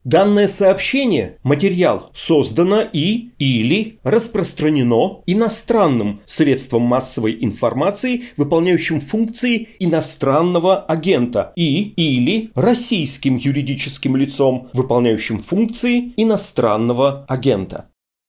Данное сообщение, материал, создано или распространено иностранным средством массовой информации, выполняющим функции иностранного агента, или российским юридическим лицом, выполняющим функции иностранного агента.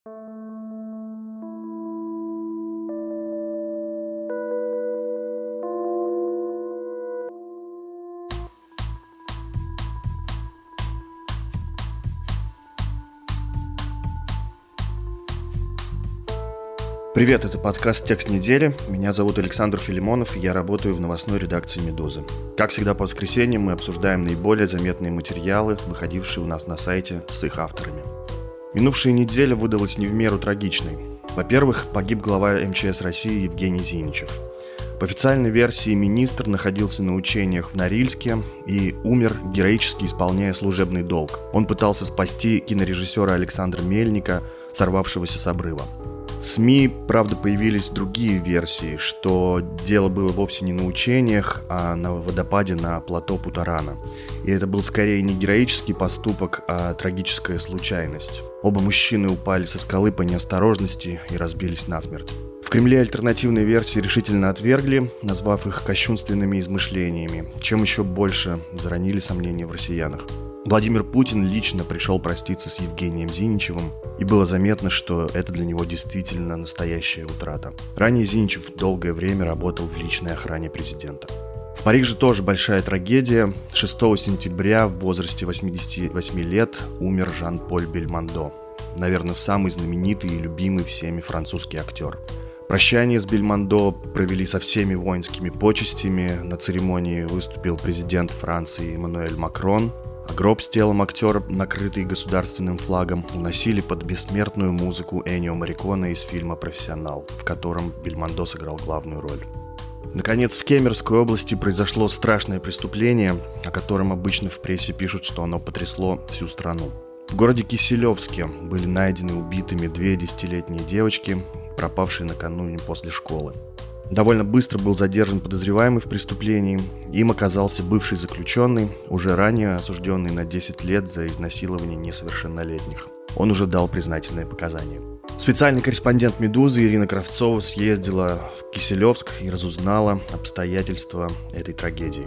Привет, это подкаст «Текст недели». Меня зовут Александр Филимонов, и я работаю в новостной редакции «Медузы». Как всегда по воскресеньям мы обсуждаем наиболее заметные материалы, выходившие у нас на сайте с их авторами. Минувшая неделя выдалась не в меру трагичной. Во-первых, погиб глава МЧС России Евгений Зиничев. По официальной версии министр находился на учениях в Норильске и умер, героически исполняя служебный долг. Он пытался спасти кинорежиссера Александра Мельника, сорвавшегося с обрыва. В СМИ, правда, появились другие версии, что дело было вовсе не на учениях, а на водопаде на плато Путарана. И это был скорее не героический поступок, а трагическая случайность. Оба мужчины упали со скалы по неосторожности и разбились насмерть. В Кремле альтернативные версии решительно отвергли, назвав их кощунственными измышлениями, чем еще больше заронили сомнения в россиянах. Владимир Путин лично пришел проститься с Евгением Зиничевым, и было заметно, что это для него действительно настоящая утрата. Ранее Зиничев долгое время работал в личной охране президента. В Париже тоже большая трагедия. 6 сентября в возрасте 88 лет умер Жан-Поль Бельмондо. Наверное, самый знаменитый и любимый всеми французский актер. Прощание с Бельмондо провели со всеми воинскими почестями. На церемонии выступил президент Франции Эммануэль Макрон. А гроб с телом актера, накрытый государственным флагом, уносили под бессмертную музыку Эннио Морриконе из фильма «Профессионал», в котором Бельмондо сыграл главную роль. Наконец, в Кемеровской области произошло страшное преступление, о котором обычно в прессе пишут, что оно потрясло всю страну. В городе Киселевске были найдены убитыми 2 10-летние девочки, пропавшие накануне после школы. Довольно быстро был задержан подозреваемый в преступлении. Им оказался бывший заключенный, уже ранее осужденный на 10 лет за изнасилование несовершеннолетних. Он уже дал признательные показания. Специальный корреспондент «Медузы» Ирина Кравцова съездила в Киселевск и разузнала обстоятельства этой трагедии.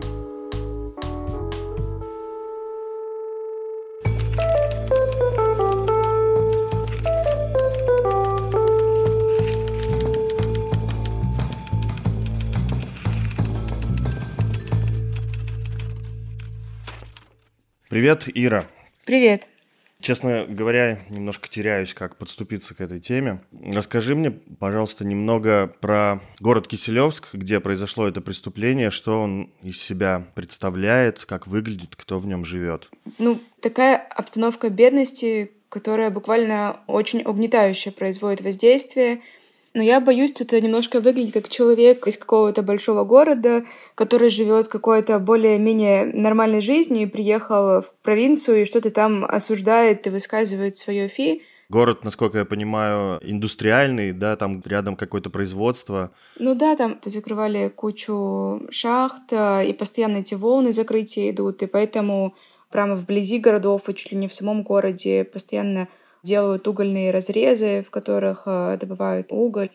Привет, Ира. Привет. Честно говоря, немножко теряюсь, как подступиться к этой теме. Расскажи мне, пожалуйста, немного про город Киселевск, где произошло это преступление, что он из себя представляет, как выглядит, кто в нем живет. Такая обстановка бедности, которая буквально очень угнетающе производит воздействие. Но я боюсь, что это немножко выглядит как человек из какого-то большого города, который живет какой-то более-менее нормальной жизнью и приехал в провинцию и что-то там осуждает и высказывает свое фи. Город, насколько я понимаю, индустриальный, да, там рядом какое-то производство. Там закрывали кучу шахт, и постоянно эти волны закрытия идут, и поэтому прямо вблизи городов и чуть ли не в самом городе постоянно делают угольные разрезы, в которых добывают уголь.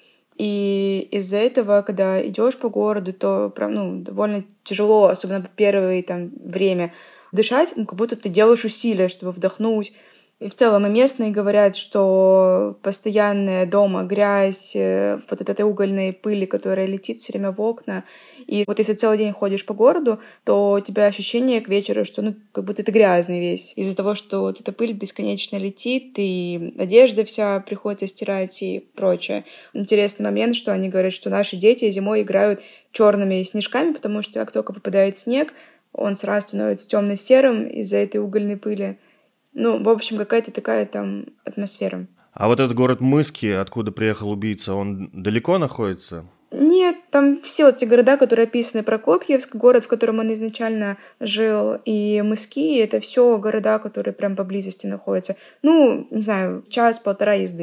И из-за этого, когда идешь по городу, то довольно тяжело, особенно в первое время, дышать, как будто ты делаешь усилия, чтобы вдохнуть. И в целом и местные говорят, что постоянная дома грязь, вот от этой угольной пыли, которая летит все время в окна. И вот если целый день ходишь по городу, то у тебя ощущение к вечеру, что как будто ты грязный весь. Из-за того, что вот эта пыль бесконечно летит, и одежда вся приходится стирать и прочее. Интересный момент, что они говорят, что наши дети зимой играют черными снежками, потому что как только выпадает снег, он сразу становится темно-серым из-за этой угольной пыли. В общем, какая-то такая там атмосфера. А вот этот город Мыски, откуда приехал убийца, он далеко находится? Нет, там все эти города, которые описаны: Прокопьевск, город, в котором он изначально жил, и Мыски, это все города, которые прям поблизости находятся. Не знаю, 1-1.5 езды.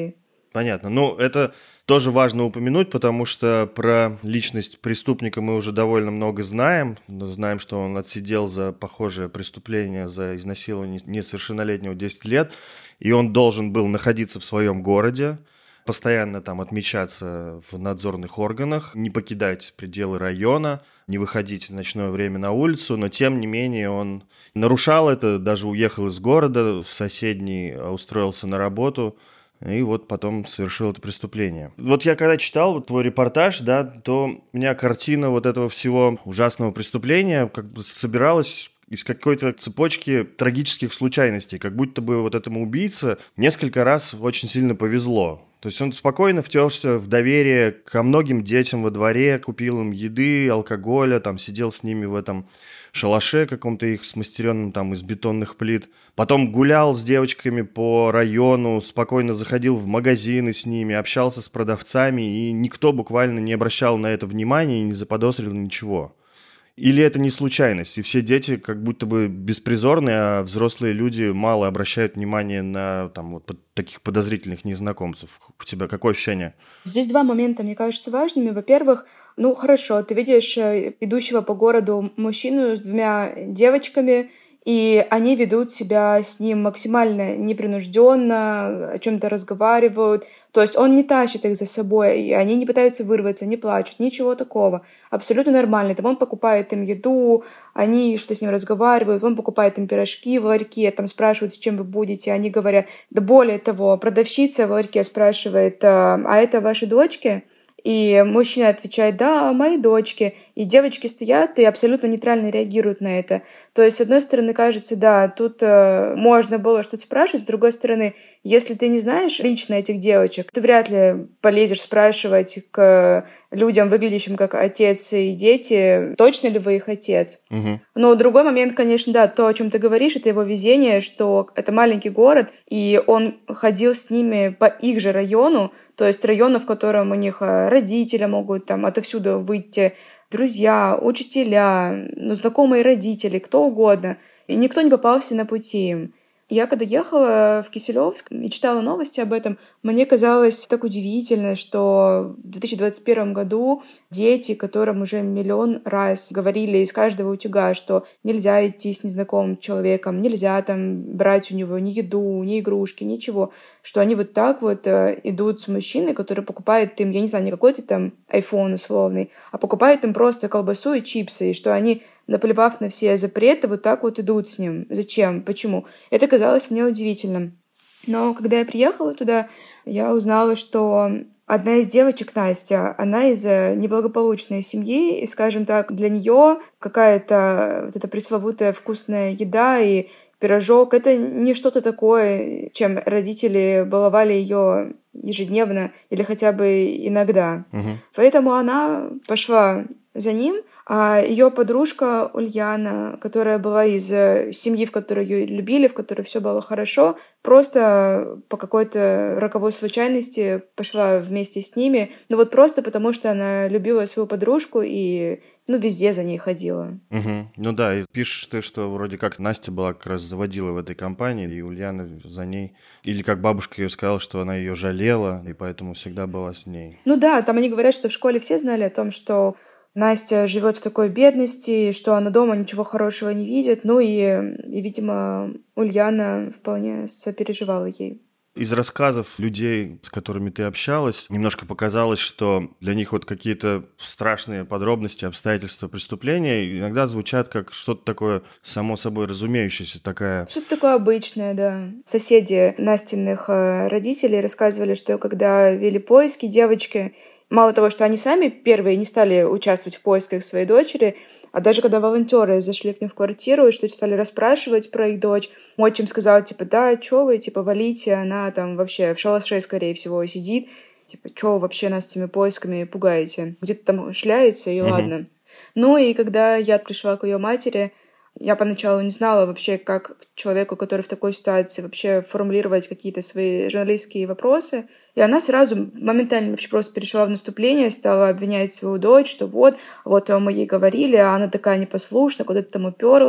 Понятно. Ну, это тоже важно упомянуть, потому что про личность преступника мы уже довольно много знаем. Знаем, что он отсидел за похожее преступление, за изнасилование несовершеннолетнего 10 лет, и он должен был находиться в своем городе, постоянно там отмечаться в надзорных органах, не покидать пределы района, не выходить в ночное время на улицу, но тем не менее он нарушал это, даже уехал из города, в соседний устроился на работу, и вот потом совершил это преступление. Вот я когда читал твой репортаж, да, то у меня картина вот этого всего ужасного преступления как бы собиралась из какой-то цепочки трагических случайностей, как будто бы вот этому убийце несколько раз очень сильно повезло. То есть он спокойно втерся в доверие ко многим детям во дворе, купил им еды, алкоголя, там сидел с ними в этом шалаше каком-то их смастеренном там из бетонных плит. Потом гулял с девочками по району, спокойно заходил в магазины с ними, общался с продавцами, и никто буквально не обращал на это внимания и не заподозрил ничего. Или это не случайность, и все дети как будто бы беспризорные, а взрослые люди мало обращают внимание на там, вот, таких подозрительных незнакомцев. У тебя какое ощущение? Здесь два момента, мне кажется, важными. Во-первых, ну хорошо, ты видишь идущего по городу мужчину с двумя девочками, и они ведут себя с ним максимально непринужденно, о чем-то разговаривают. То есть он не тащит их за собой, и они не пытаются вырваться, не плачут, ничего такого. Абсолютно нормально. Там он покупает им еду, они что-то с ним разговаривают, он покупает им пирожки в ларьке, там спрашивают, с чем вы будете, они говорят. Да более того, продавщица в ларьке спрашивает, а это ваши дочки? И мужчина отвечает, да, мои дочки. И девочки стоят и абсолютно нейтрально реагируют на это. То есть, с одной стороны, кажется, да, тут можно было что-то спрашивать. С другой стороны, если ты не знаешь лично этих девочек, ты вряд ли полезешь спрашивать к людям, выглядящим как отец и дети, точно ли вы их отец. Угу. Но другой момент, конечно, да, то, о чем ты говоришь, это его везение, что это маленький город, и он ходил с ними по их же району, то есть району, в котором у них родители могут там отовсюду выйти, друзья, учителя, знакомые родители, кто угодно. И никто не попался на пути им. Я когда ехала в Киселевск и читала новости об этом, мне казалось так удивительно, что в 2021 году дети, которым уже миллион раз говорили из каждого утюга, что нельзя идти с незнакомым человеком, нельзя там брать у него ни еду, ни игрушки, ничего, что они вот так вот идут с мужчиной, который покупает им, я не знаю, не какой-то там iPhone условный, а покупает им просто колбасу и чипсы, и что они, наплевав на все запреты, вот так вот идут с ним. Зачем? Почему? Это казалось мне удивительным. Но когда я приехала туда, я узнала, что одна из девочек, Настя, она из неблагополучной семьи, и, скажем так, для нее какая-то вот эта пресловутая вкусная еда и пирожок — это не что-то такое, чем родители баловали ее ежедневно или хотя бы иногда. Угу. Поэтому она пошла за ним, а ее подружка Ульяна, которая была из семьи, в которой ее любили, в которой все было хорошо, просто по какой-то роковой случайности пошла вместе с ними. Ну вот просто потому, что она любила свою подружку и везде за ней ходила. Угу. Ну да, и пишешь ты, что вроде как Настя была как раз заводила в этой компании, и Ульяна за ней. Или как бабушка ее сказала, что она ее жалела, и поэтому всегда была с ней. Ну да, там они говорят, что в школе все знали о том, что Настя живет в такой бедности, что она дома ничего хорошего не видит. Ну и видимо, Ульяна вполне сопереживала ей. Из рассказов людей, с которыми ты общалась, немножко показалось, что для них вот какие-то страшные подробности, обстоятельства преступления иногда звучат как что-то такое само собой разумеющееся, такая... Что-то такое обычное, да. Соседи Настиных родителей рассказывали, что когда вели поиски девочки, мало того, что они сами первые не стали участвовать в поисках своей дочери, а даже когда волонтеры зашли к ним в квартиру и что-то стали расспрашивать про их дочь, отчим сказал, да, чё вы, валите, она там вообще в шалаше, скорее всего, сидит, чё вы вообще нас этими поисками пугаете? Где-то там шляется, и ладно. Ну и когда я пришла к ее матери, я поначалу не знала вообще, как человеку, который в такой ситуации, вообще формулировать какие-то свои журналистские вопросы. И она сразу моментально вообще просто перешла в наступление, стала обвинять свою дочь, что вот мы ей говорили, а она такая непослушная, куда-то там уперлась.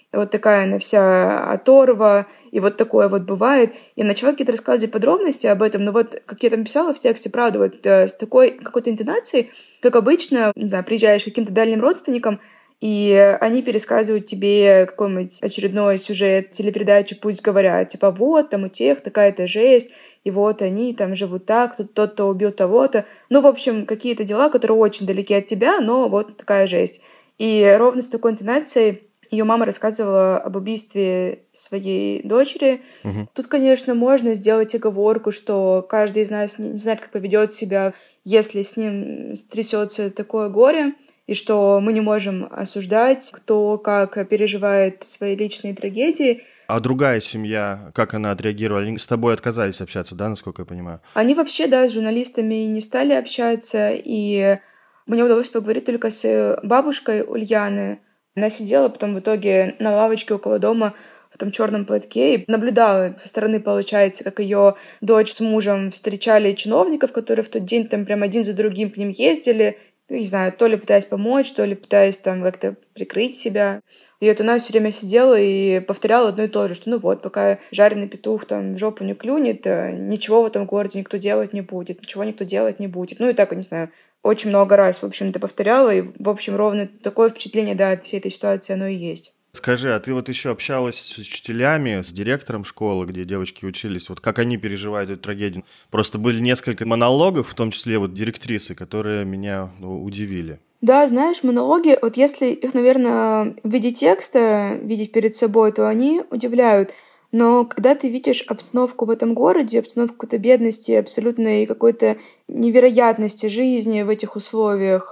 вот такая она вся оторва, и вот такое вот бывает. Я начала какие-то рассказывать подробности об этом, но вот, как я там писала в тексте, правда, вот с такой какой-то интонацией, как обычно, не знаю, приезжаешь к каким-то дальним родственникам, и они пересказывают тебе какой-нибудь очередной сюжет телепередачи «Пусть говорят», типа вот, там у тех такая-то жесть, и вот они там живут так, тот-то убил того-то. Ну, в общем, какие-то дела, которые очень далеки от тебя, но вот такая жесть. И ровно с такой интонацией ее мама рассказывала об убийстве своей дочери. Тут, конечно, можно сделать оговорку, что каждый из нас не знает, как поведет себя, если с ним стрясется такое горе, и что мы не можем осуждать, кто как переживает свои личные трагедии. А другая семья, как она отреагировала? Они с тобой отказались общаться, да, насколько я понимаю? Они вообще, да, с журналистами не стали общаться, и мне удалось поговорить только с бабушкой Ульяны. Она сидела потом в итоге на лавочке около дома в том черном платке и наблюдала со стороны, получается, как ее дочь с мужем встречали чиновников, которые в тот день там прям один за другим к ним ездили, не знаю, то ли пытаясь помочь, то ли пытаясь там как-то прикрыть себя. И вот она все время сидела и повторяла одно и то же, что ну вот, пока жареный петух там в жопу не клюнет, ничего в этом городе никто делать не будет, ничего никто делать не будет. Ну и так, не знаю, очень много раз, в общем-то, повторяла, и, в общем, ровно такое впечатление, да, от всей этой ситуации оно и есть. Скажи, а ты вот еще общалась с учителями, с директором школы, где девочки учились, вот как они переживают эту трагедию? Просто были несколько монологов, в том числе вот директрисы, которые меня удивили. Да, знаешь, монологи, вот если их, наверное, в виде текста видеть перед собой, то они удивляют. Но когда ты видишь обстановку в этом городе, обстановку какой-то бедности, абсолютной какой-то невероятности жизни в этих условиях,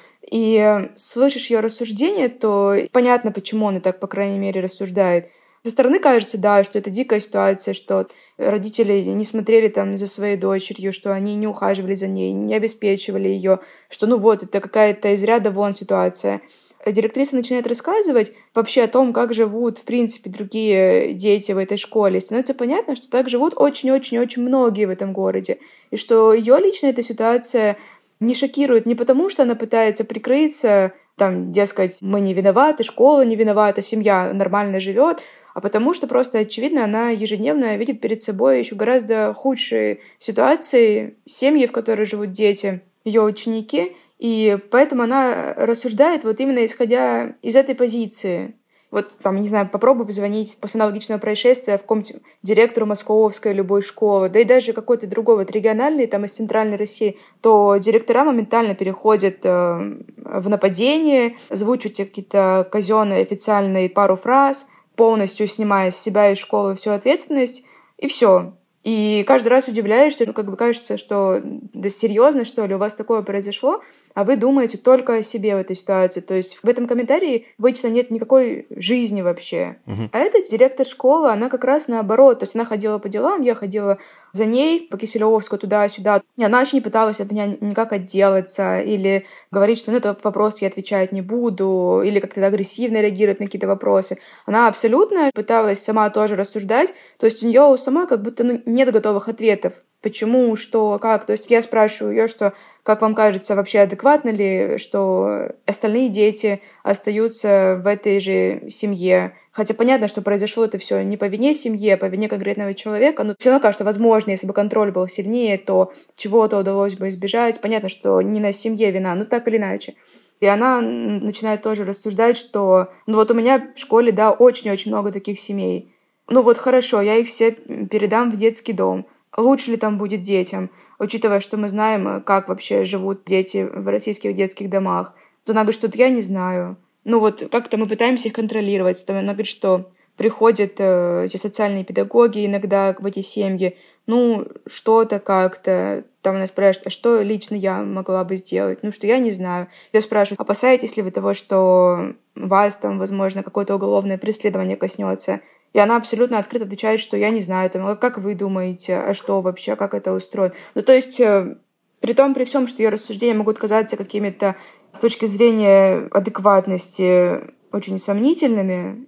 и слышишь ее рассуждения, то понятно, почему она так, по крайней мере, рассуждает. Со стороны кажется, да, что это дикая ситуация, что родители не смотрели там за своей дочерью, что они не ухаживали за ней, не обеспечивали ее, что ну вот, это какая-то из ряда вон ситуация. Директриса начинает рассказывать вообще о том, как живут, в принципе, другие дети в этой школе. Становится понятно, что так живут очень-очень-очень многие в этом городе. И что ее лично эта ситуация не шокирует не потому, что она пытается прикрыться, там, дескать, мы не виноваты, школа не виновата, семья нормально живет, а потому что просто, очевидно, она ежедневно видит перед собой еще гораздо худшие ситуации, семьи, в которых живут дети, ее ученики, и поэтому она рассуждает вот именно исходя из этой позиции. Вот там, не знаю, попробуй позвонить после аналогичного происшествия в каком-то директору московской любой школы, да и даже какой-то другой, вот региональный, там из центральной России, то директора моментально переходят в нападение, озвучивают какие-то казенные официальные пару фраз, полностью снимая с себя и школы всю ответственность, и все. И каждый раз удивляешься, как бы кажется, что да серьезно, что ли, у вас такое произошло, а вы думаете только о себе в этой ситуации. То есть в этом комментарии обычно нет никакой жизни вообще. А эта директор школы, она как раз наоборот. То есть она ходила по делам, я ходила за ней по Киселевскому туда-сюда. И она вообще не пыталась от меня никак отделаться или говорить, что на этот вопрос я отвечать не буду, или как-то агрессивно реагировать на какие-то вопросы. Она абсолютно пыталась сама тоже рассуждать. То есть у нее у самой как будто нет готовых ответов. Почему, что, как. То есть я спрашиваю ее, что, как вам кажется, вообще адекватно ли, что остальные дети остаются в этой же семье. Хотя понятно, что произошло это все не по вине семьи, а по вине конкретного человека. Но все равно кажется, что, возможно, если бы контроль был сильнее, то чего-то удалось бы избежать. Понятно, что не на семье вина, но так или иначе. И она начинает тоже рассуждать, что ну вот у меня в школе, да, очень-очень много таких семей. Ну вот хорошо, я их все передам в детский дом. Лучше ли там будет детям, учитывая, что мы знаем, как вообще живут дети в российских детских домах. То она говорит, что я не знаю. Ну вот как-то мы пытаемся их контролировать. Там она говорит, что приходят эти социальные педагоги иногда в эти семьи. Ну, что-то как-то. Там она спрашивает, а что лично я могла бы сделать? Ну, что я не знаю. Я спрашиваю, опасаетесь ли вы того, что вас там, возможно, какое-то уголовное преследование коснется? И она абсолютно открыто отвечает, что я не знаю, там, как вы думаете, а что вообще, как это устроено. Ну, то есть, при всем, что ее рассуждения могут казаться какими-то с точки зрения адекватности очень сомнительными,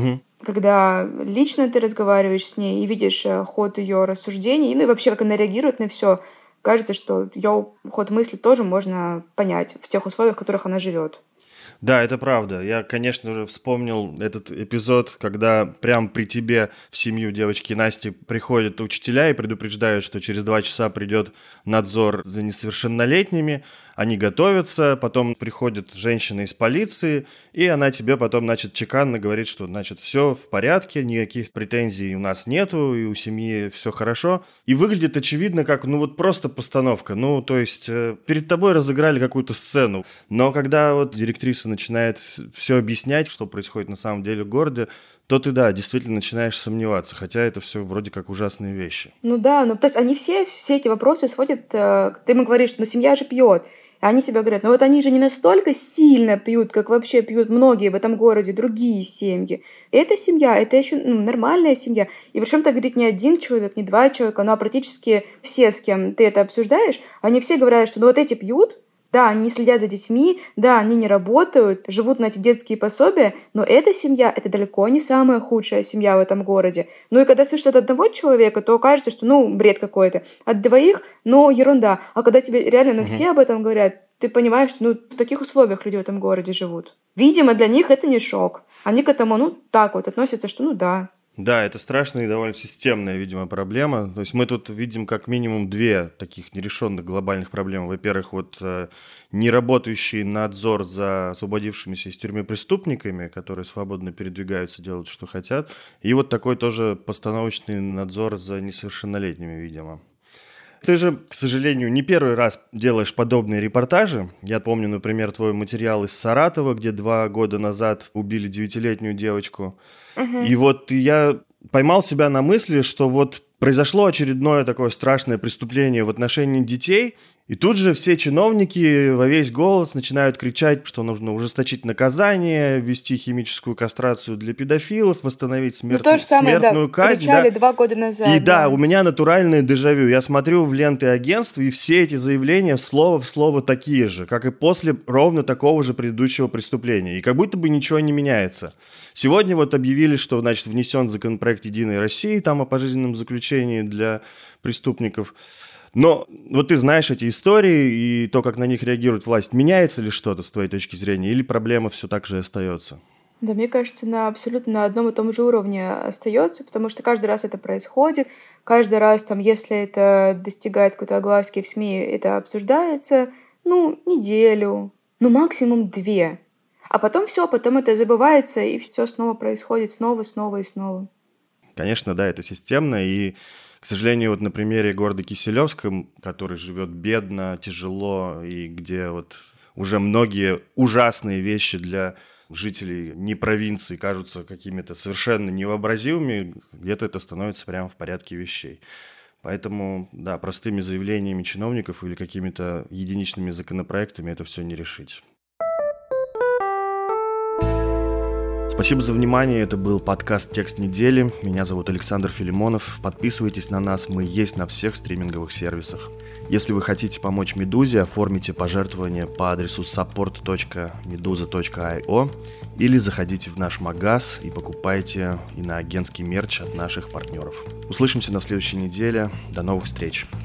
когда лично ты разговариваешь с ней и видишь ход ее рассуждений, ну и вообще, как она реагирует на все, кажется, что ее ход мысли тоже можно понять в тех условиях, в которых она живет. Да, это правда. Я, конечно же, вспомнил этот эпизод, когда прям при тебе в семью девочки Насти приходят учителя и предупреждают, что через 2 часа придет надзор за несовершеннолетними. Они готовятся, потом приходит женщина из полиции, и она тебе потом, значит, чеканно говорит, что, значит, все в порядке, никаких претензий у нас нету, и у семьи все хорошо. И выглядит очевидно, как, просто постановка. То есть перед тобой разыграли какую-то сцену. Но когда вот директриса начинает все объяснять, что происходит на самом деле в городе, то ты, да, действительно начинаешь сомневаться, хотя это все вроде как ужасные вещи. То есть они все эти вопросы сводят, ты ему говоришь, что семья же пьет. И они тебе говорят, они же не настолько сильно пьют, как вообще пьют многие в этом городе, другие семьи. Эта семья, это еще нормальная семья. И причем это говорит не один человек, не 2 человека, но практически все, с кем ты это обсуждаешь, они все говорят, что эти пьют, да, они следят за детьми, да, они не работают, живут на эти детские пособия, но эта семья — это далеко не самая худшая семья в этом городе. И когда слышишь от одного человека, то кажется, что, бред какой-то. От 2, ерунда. А когда тебе реально все об этом говорят, ты понимаешь, что в таких условиях люди в этом городе живут. Видимо, для них это не шок. Они к этому, так вот относятся, что да. Да, это страшная и довольно системная, видимо, проблема. То есть мы тут видим как минимум 2 таких нерешенных глобальных проблемы. Во-первых, неработающий надзор за освободившимися из тюрьмы преступниками, которые свободно передвигаются, делают, что хотят. И такой тоже постановочный надзор за несовершеннолетними, видимо. Ты же, к сожалению, не первый раз делаешь подобные репортажи. Я помню, например, твой материал из Саратова, где 2 года назад убили 9-летнюю девочку. И я поймал себя на мысли, что произошло очередное такое страшное преступление в отношении детей, и тут же все чиновники во весь голос начинают кричать, что нужно ужесточить наказание, ввести химическую кастрацию для педофилов, восстановить смертную казнь. Кричали 2 года назад. И у меня натуральное дежавю. Я смотрю в ленты агентств, и все эти заявления слово в слово такие же, как и после ровно такого же предыдущего преступления. И как будто бы ничего не меняется. Сегодня объявили, что, внесен законопроект «Единой России» о пожизненном заключении для преступников. Но ты знаешь эти истории и то, как на них реагирует власть. Меняется ли что-то с твоей точки зрения, или проблема все так же остается? Да, мне кажется, абсолютно на одном и том же уровне остается, потому что каждый раз это происходит, каждый раз, если это достигает какой-то огласки в СМИ, это обсуждается, неделю, максимум 2. А потом это забывается, и все снова происходит, снова и снова. Конечно, да, это системно, и, к сожалению, на примере города Киселевском, который живет бедно, тяжело, и где уже многие ужасные вещи для жителей не провинции кажутся какими-то совершенно невообразимыми, где-то это становится прямо в порядке вещей. Поэтому, да, простыми заявлениями чиновников или какими-то единичными законопроектами это все не решить. Спасибо за внимание. Это был подкаст «Текст недели». Меня зовут Александр Филимонов. Подписывайтесь на нас, мы есть на всех стриминговых сервисах. Если вы хотите помочь «Медузе», оформите пожертвование по адресу support.meduza.io или заходите в наш магаз и покупайте иноагентский мерч от наших партнеров. Услышимся на следующей неделе. До новых встреч!